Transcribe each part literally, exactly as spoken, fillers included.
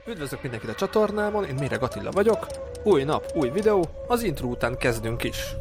Üdvözlök mindenkit a csatornámon, én Méreg Attila vagyok. Új nap, új videó, az intro után kezdünk is.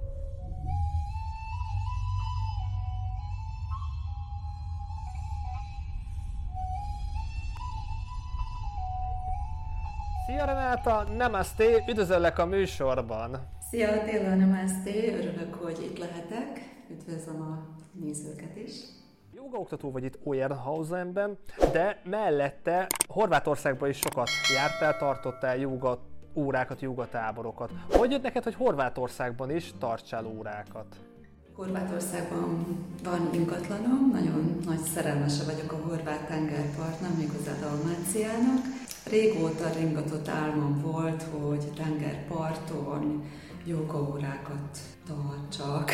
Szia Renáta, namaste, üdvözöllek a műsorban. Szia Attila, namaste, örülök, hogy itt lehetek, üdvözlöm a nézőket is. Jógaoktató vagy itt Oyernhausenben, de mellette Horvátországban is sokat jártál, tartottál jóga órákat, jógatáborokat. Hogy jött neked, hogy Horvátországban is tartsál órákat? Horvátországban van ingatlanom, nagyon nagy szerelmese vagyok a horvát tengerpartnak, méghozzá Dalmáciának. Régóta ringatott álmom volt, hogy tengerparton jógaórákat tartsak.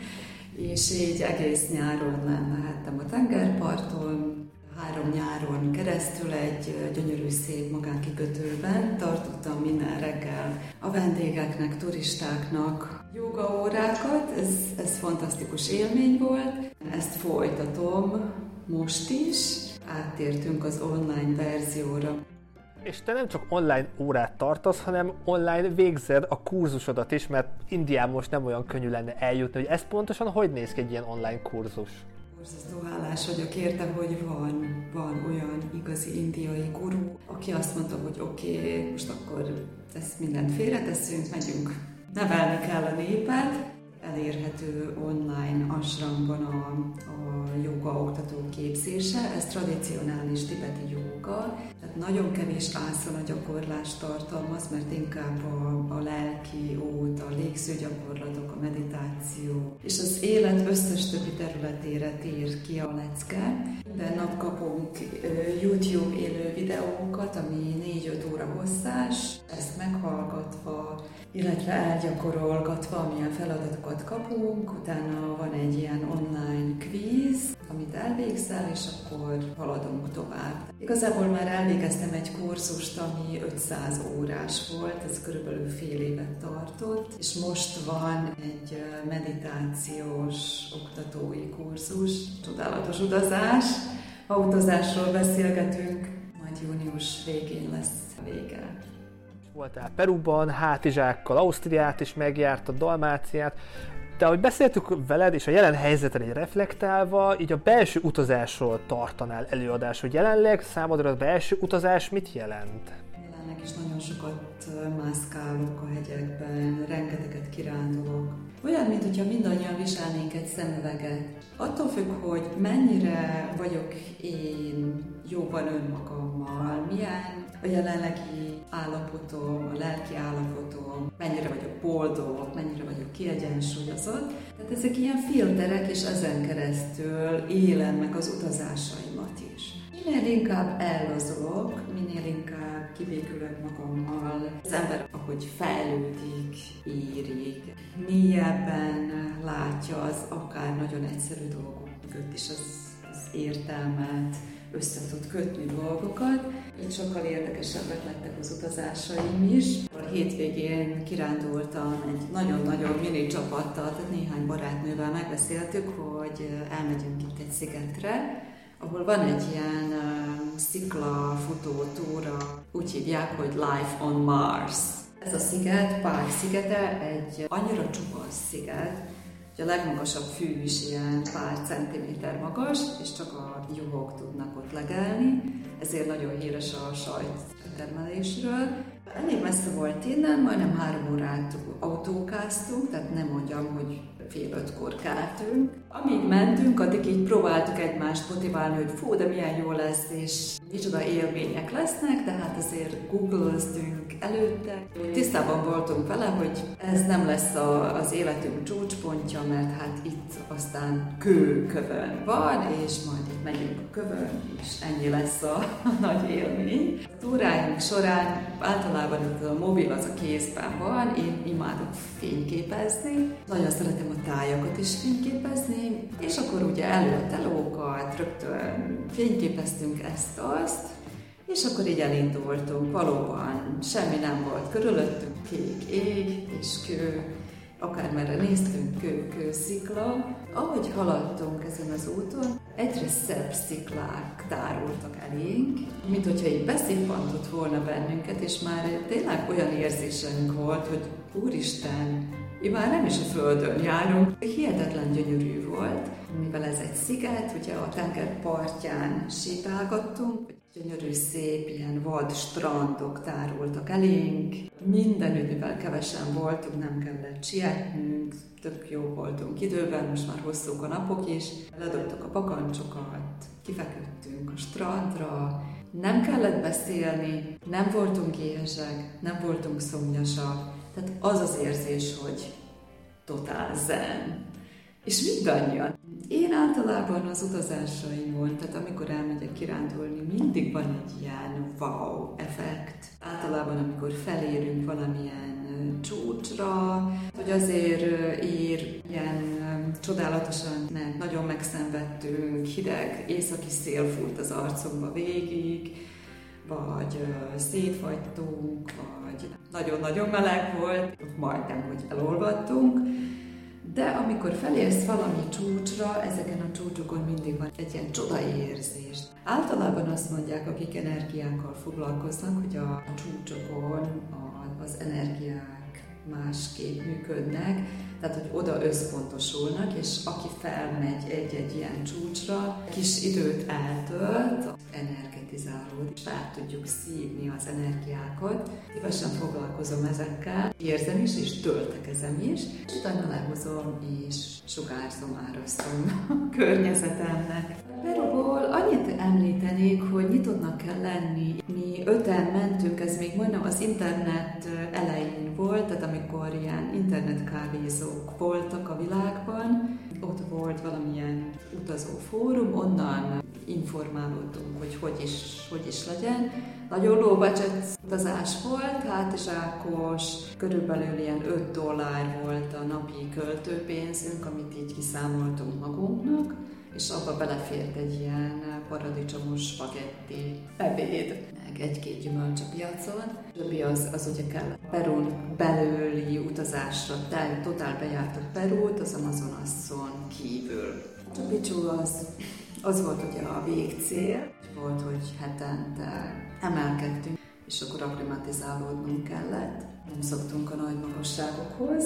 És így egész nyáron lehettem a tengerparton, három nyáron keresztül egy gyönyörű szép magánkikötőben tartottam minden reggel a vendégeknek, turistáknak jógaórákat, ez, ez fantasztikus élmény volt. Ezt folytatom most is, áttértünk az online verzióra. És te nem csak online órát tartasz, hanem online végzed a kurzusodat is, mert Indiában most nem olyan könnyű lenne eljutni, hogy ez pontosan hogy néz ki egy ilyen online kurzus? Borzasztó hálás vagyok érte, hogy van, van olyan igazi indiai guru, aki azt mondta, hogy oké, okay, most akkor ezt mindent félreteszünk, megyünk, nevelni kell a népet. Elérhető online asramban a, a jóga oktató képzése, ez tradicionális tibeti jóga, tehát nagyon kevés ászana gyakorlást tartalmaz, mert inkább a, a lelki út, a légző gyakorlatok, a meditáció, és az élet összes többi területére tér ki a lecke. Minden nap kapunk YouTube élő videókat, ami négy-öt óra hosszás, ezt meghallgatva, illetve elgyakorolgatva, milyen feladatokat kapunk, utána van egy ilyen online kvíz, amit elvégzel, és akkor haladunk tovább. Igazából már elvégeztem egy kurzust, ami ötszáz órás volt, ez körülbelül fél évet tartott, és most van egy meditációs oktatói kurzus, csodálatos utazás. Ha utazásról beszélgetünk, majd június végén lesz a vége. Voltál Peruban, hátizsákkal, Ausztriát is megjártad, Dalmáciát. De ahogy beszéltük veled, és a jelen helyzetre egy reflektálva, így a belső utazásról tartanál előadás, hogy jelenleg számodra a belső utazás mit jelent? Jelenleg is nagyon sokat mászkálok a hegyekben, rengeteget kirándulok. Olyan, mintha mindannyian viselnénk egy szemüveget. Attól függ, hogy mennyire vagyok én jóban önmagammal, milyen a jelenlegi állapotom, a lelki állapotom, mennyire vagyok boldog, mennyire vagyok kiegyensúlyozott. Tehát ezek ilyen filterek, és ezen keresztül élem meg az utazásaimat is. Minél inkább ellazulok, minél inkább kibékülök magammal, az ember, ahogy fejlődik, érik, mélyebben látja az akár nagyon egyszerű dolgok mögött is az, az értelmet, össze tud kötni dolgokat. Így sokkal érdekesebbek lettek az utazásaim is. A hétvégén kirándultam egy nagyon-nagyon mini csapattal, tehát néhány barátnővel megbeszéltük, hogy elmegyünk itt egy szigetre, ahol van egy ilyen uh, szikla futó túra, úgy hívják, hogy Life on Mars. Ez a sziget, Pár szigete, egy annyira csupasz sziget, hogy a legmagasabb fű is ilyen pár centiméter magas, és csak a juhok tudnak ott legelni, ezért nagyon híres a sajttermelésről. Elég messze volt innen, majdnem három órát autókáztunk, tehát nem mondjam, hogy fél ötkor keltünk. Amíg mentünk, addig így próbáltuk egymást motiválni, hogy fú, de milyen jó lesz, és micsoda élmények lesznek, de hát azért googleztünk előtte. Tisztában voltunk vele, hogy ez nem lesz a, az életünk csúcspontja, mert hát itt aztán kő kövön van, és majd itt megyünk a kövön, és ennyi lesz a, a nagy élmény. A túráink során általában a mobil az a kézben van, én imádok fényképezni, nagyon szeretem a tájakat is fényképezni, és akkor ugye elő a telókat, rögtön fényképeztünk ezt-azt, és akkor így elindultunk, valóban semmi nem volt körülöttünk, kék ég és kő, akármerre néztünk, kő, kőszikla. Ahogy haladtunk ezen az úton, egyre szebb sziklák tárultak elénk, mint hogyha így beszippantott volna bennünket, és már tényleg olyan érzésünk volt, hogy úristen, én már nem is a földön járunk. Hihetetlen gyönyörű volt, mivel ez egy sziget, ugye a tenger partján sétálgattunk, gyönyörű, szép, ilyen vad strandok tárultak elénk. Mindenütt, mivel kevesen voltunk, nem kellett sietnünk, tök jó voltunk időben, most már hosszúk a napok is. Ledobtuk a bakancsokat, kifeküdtünk a strandra, nem kellett beszélni, nem voltunk éhesek, nem voltunk szomjasak. Tehát az az érzés, hogy totál zen. És mindannyian. Én általában az utazásaimon, tehát amikor elmegyek kirándulni, mindig van egy ilyen wow effekt. Általában, amikor felérünk valamilyen csúcsra, hogy azért ér ilyen csodálatosan, nem, nagyon megszenvedtünk, hideg, északi szél fújt az arcunkba végig, vagy szétfagytunk, vagy nagyon-nagyon meleg volt, majdnem, hogy elolvadtunk. De amikor felérsz valami csúcsra, ezeken a csúcsokon mindig van egy ilyen csodaérzés. Általában azt mondják, akik energiákkal foglalkoznak, hogy a csúcsokon az energiák másképp működnek, tehát hogy oda összpontosulnak, és aki felmegy egy-egy ilyen csúcsra, kis időt eltölt, energetizálódik, és fel tudjuk szívni az energiákat. Szívesen foglalkozom ezekkel, érzem is, és töltekezem is, és utána lehozom, és sugárzom, árasztom a környezetemnek. Peruból annyit említenék, hogy nyitottnak kell lenni. Mi öten mentünk, ez még majdnem az internet elején volt, tehát amikor ilyen internetkávézók voltak a világban, ott volt valamilyen utazófórum, onnan informálódtunk, hogy hogy is, hogy is legyen. Nagyon low budget utazás volt, hátizsákos, körülbelül ilyen öt dollár volt a napi költőpénzünk, amit így kiszámoltunk magunknak, és abba belefért egy ilyen paradicsomos spagetti ebéd, meg egy-két gyümölcs a piacon. Többi az, az ugye kell. Perun belüli utazásra, tehát totál bejártuk Perút, az Amazonason kívül. Machu Picchu az, az volt ugye a végcél, volt, hogy hetente emelkedtünk, és akkor akklimatizálódnunk kellett. Nem szoktunk a nagy magasságokhoz.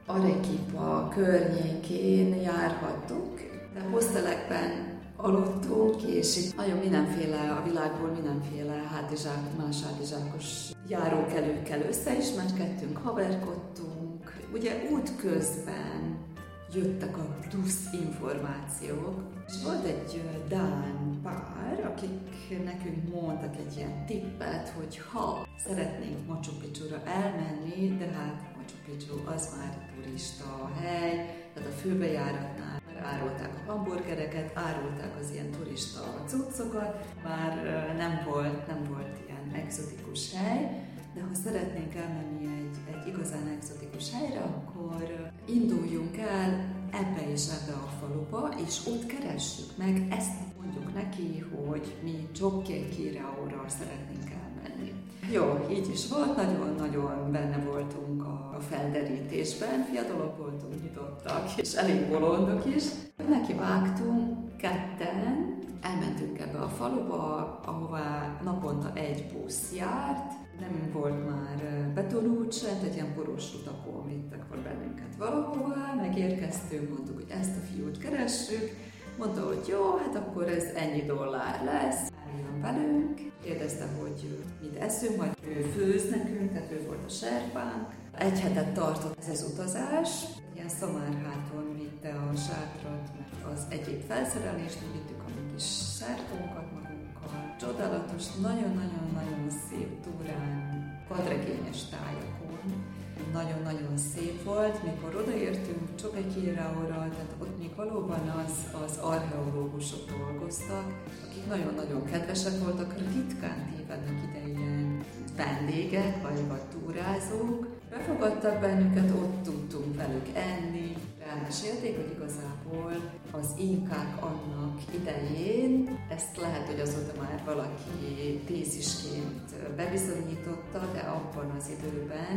Arequipa környékén járhattunk, de hostelekben aludtunk, és itt nagyon mindenféle, a világból mindenféle hátizsák, más hátizsákos járókelőkkel összeismerkedtünk, haverkodtunk. Ugye út közben jöttek a plusz információk, és volt egy dán pár, akik nekünk mondtak egy ilyen tippet, hogy ha szeretnénk Machu Picchura elmenni, de hát Machu Picchu az már turista hely, tehát a főbejáratnál már árulták a hamburgereket, árulták az ilyen turista cuccokat, már nem volt, nem volt ilyen egzotikus hely, de ha szeretnénk elmenni egy, egy igazán egzotikus helyre, akkor induljunk el ebbe és ebbe a faluba, és ott keressük meg, ezt mondjuk neki, hogy mi Choqquequiraóra szeretnénk elmenni. Jó, így is volt, nagyon-nagyon benne voltunk a felderítésben, fiatalok voltunk, nyitottak, és elég bolondok is. Neki vágtunk ketten, elmentünk ebbe a faluba, ahová naponta egy busz járt, nem volt már betonút sem, tehát ilyen poros utakon vittek fel bennünket valahová, megérkeztünk, mondtuk, hogy ezt a fiút keressük, mondta, hogy jó, hát akkor ez ennyi dollár lesz, eljön velünk, kérdezte, hogy mit eszünk, majd ő főz nekünk, tehát ő volt a serpánk. Egy hetet tartott ez az utazás, ilyen szamárháton vitte a sátrat, mert az egyéb felszerelést vittük, a mi kis sártónkat magunkkal. Csodálatos, nagyon-nagyon-nagyon szép túrán, vadregényes tájakon. Nagyon-nagyon szép volt, mikor odaértünk Choqquequiraóra, tehát ott még valóban az, az archeológusok dolgoztak, akik nagyon-nagyon kedvesek voltak, ritkán tévednek ide ilyen vendégek vagy, vagy túrázók. Befogadtak bennünket, ott tudtunk velük enni. Elmesélték, hogy igazából az inkák annak idején, ezt lehet, hogy azóta már valaki tézisként bebizonyította, de abban az időben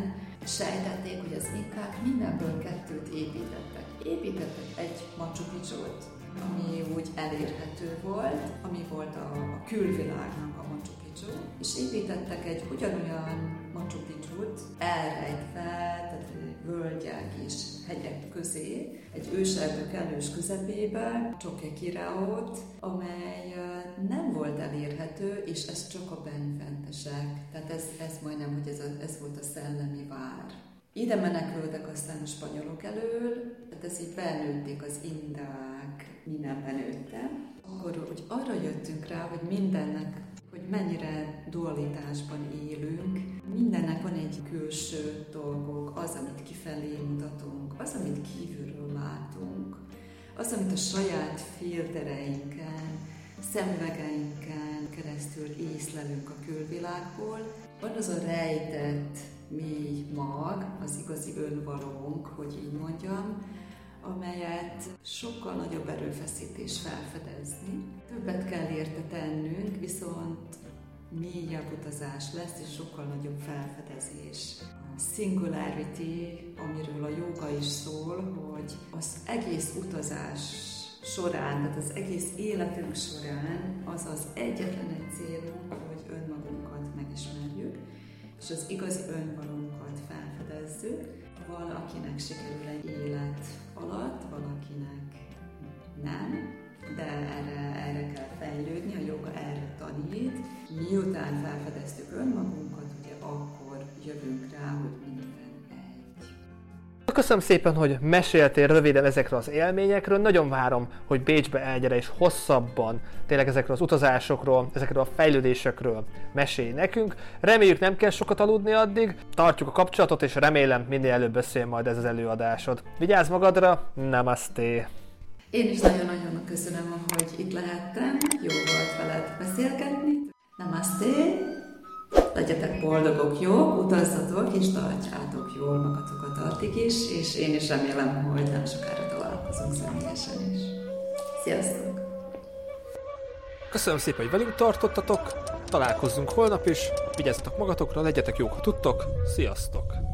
sejtették, hogy az inkák mindenből kettőt építettek. Építettek egy Machu Picchut, ami úgy elérhető volt, ami volt a, a külvilágnak a Machu Picchu, és építettek egy ugyanolyan Machu Picchut elrejtve, tehát völgyek és hegyek közé, egy őserdő kellős közepébe, Choquequiraót, amely nem volt elérhető, és ez csak a benfentesek, tehát ez, ez majdnem, hogy ez, a, ez volt a szellemi vár. Ide menekültek aztán a spanyolok elől, tehát ez így benőtték az indák, minden benőttem. Akkor hogy arra jöttünk rá, hogy mindennek, hogy mennyire dualitásban élünk, mindennek van egy külső dolgok, az, amit kifelé mutatunk, az, amit kívülről látunk, az, amit a saját filtereinken, szemüvegeinken keresztül észlelünk a külvilágból, van az a rejtett mély mag, az igazi önvalónk, hogy így mondjam, amelyet sokkal nagyobb erőfeszítés felfedezni. Többet kell érte tennünk, viszont mélyebb utazás lesz, és sokkal nagyobb felfedezés. A singularity, amiről a jóga is szól, hogy az egész utazás során, tehát az egész életünk során az az egyetlen egy célunk, hogy önmagunkat megismerjük, és az igazi önvalónkat felfedezzük. Valakinek sikerül egy élet alatt, valakinek nem, de erre, erre kell fejlődni, a joga erre tanít. Miután felfedeztük önmagunkat, ugye akkor jövünk rá, hogy minden egy. Köszönöm szépen, hogy meséltél röviden ezekről az élményekről. Nagyon várom, hogy Bécsbe elgyere és hosszabban tényleg ezekről az utazásokról, ezekről a fejlődésekről mesélj nekünk. Reméljük, nem kell sokat aludni addig, tartjuk a kapcsolatot, és remélem minél előbb beszél majd ez az előadásod. Vigyázz magadra, namaste! Én is nagyon-nagyon köszönöm, hogy itt lehettem, jó volt veled beszélgetni. Namaste! Legyetek boldogok, jók, utazzatok és tartsátok jól magatokat addig is, és én is remélem, hogy nem sokára találkozunk személyesen is. Sziasztok! Köszönöm szépen, hogy velünk tartottatok, találkozzunk holnap is, vigyázzatok magatokra, legyetek jók, ha tudtok, sziasztok!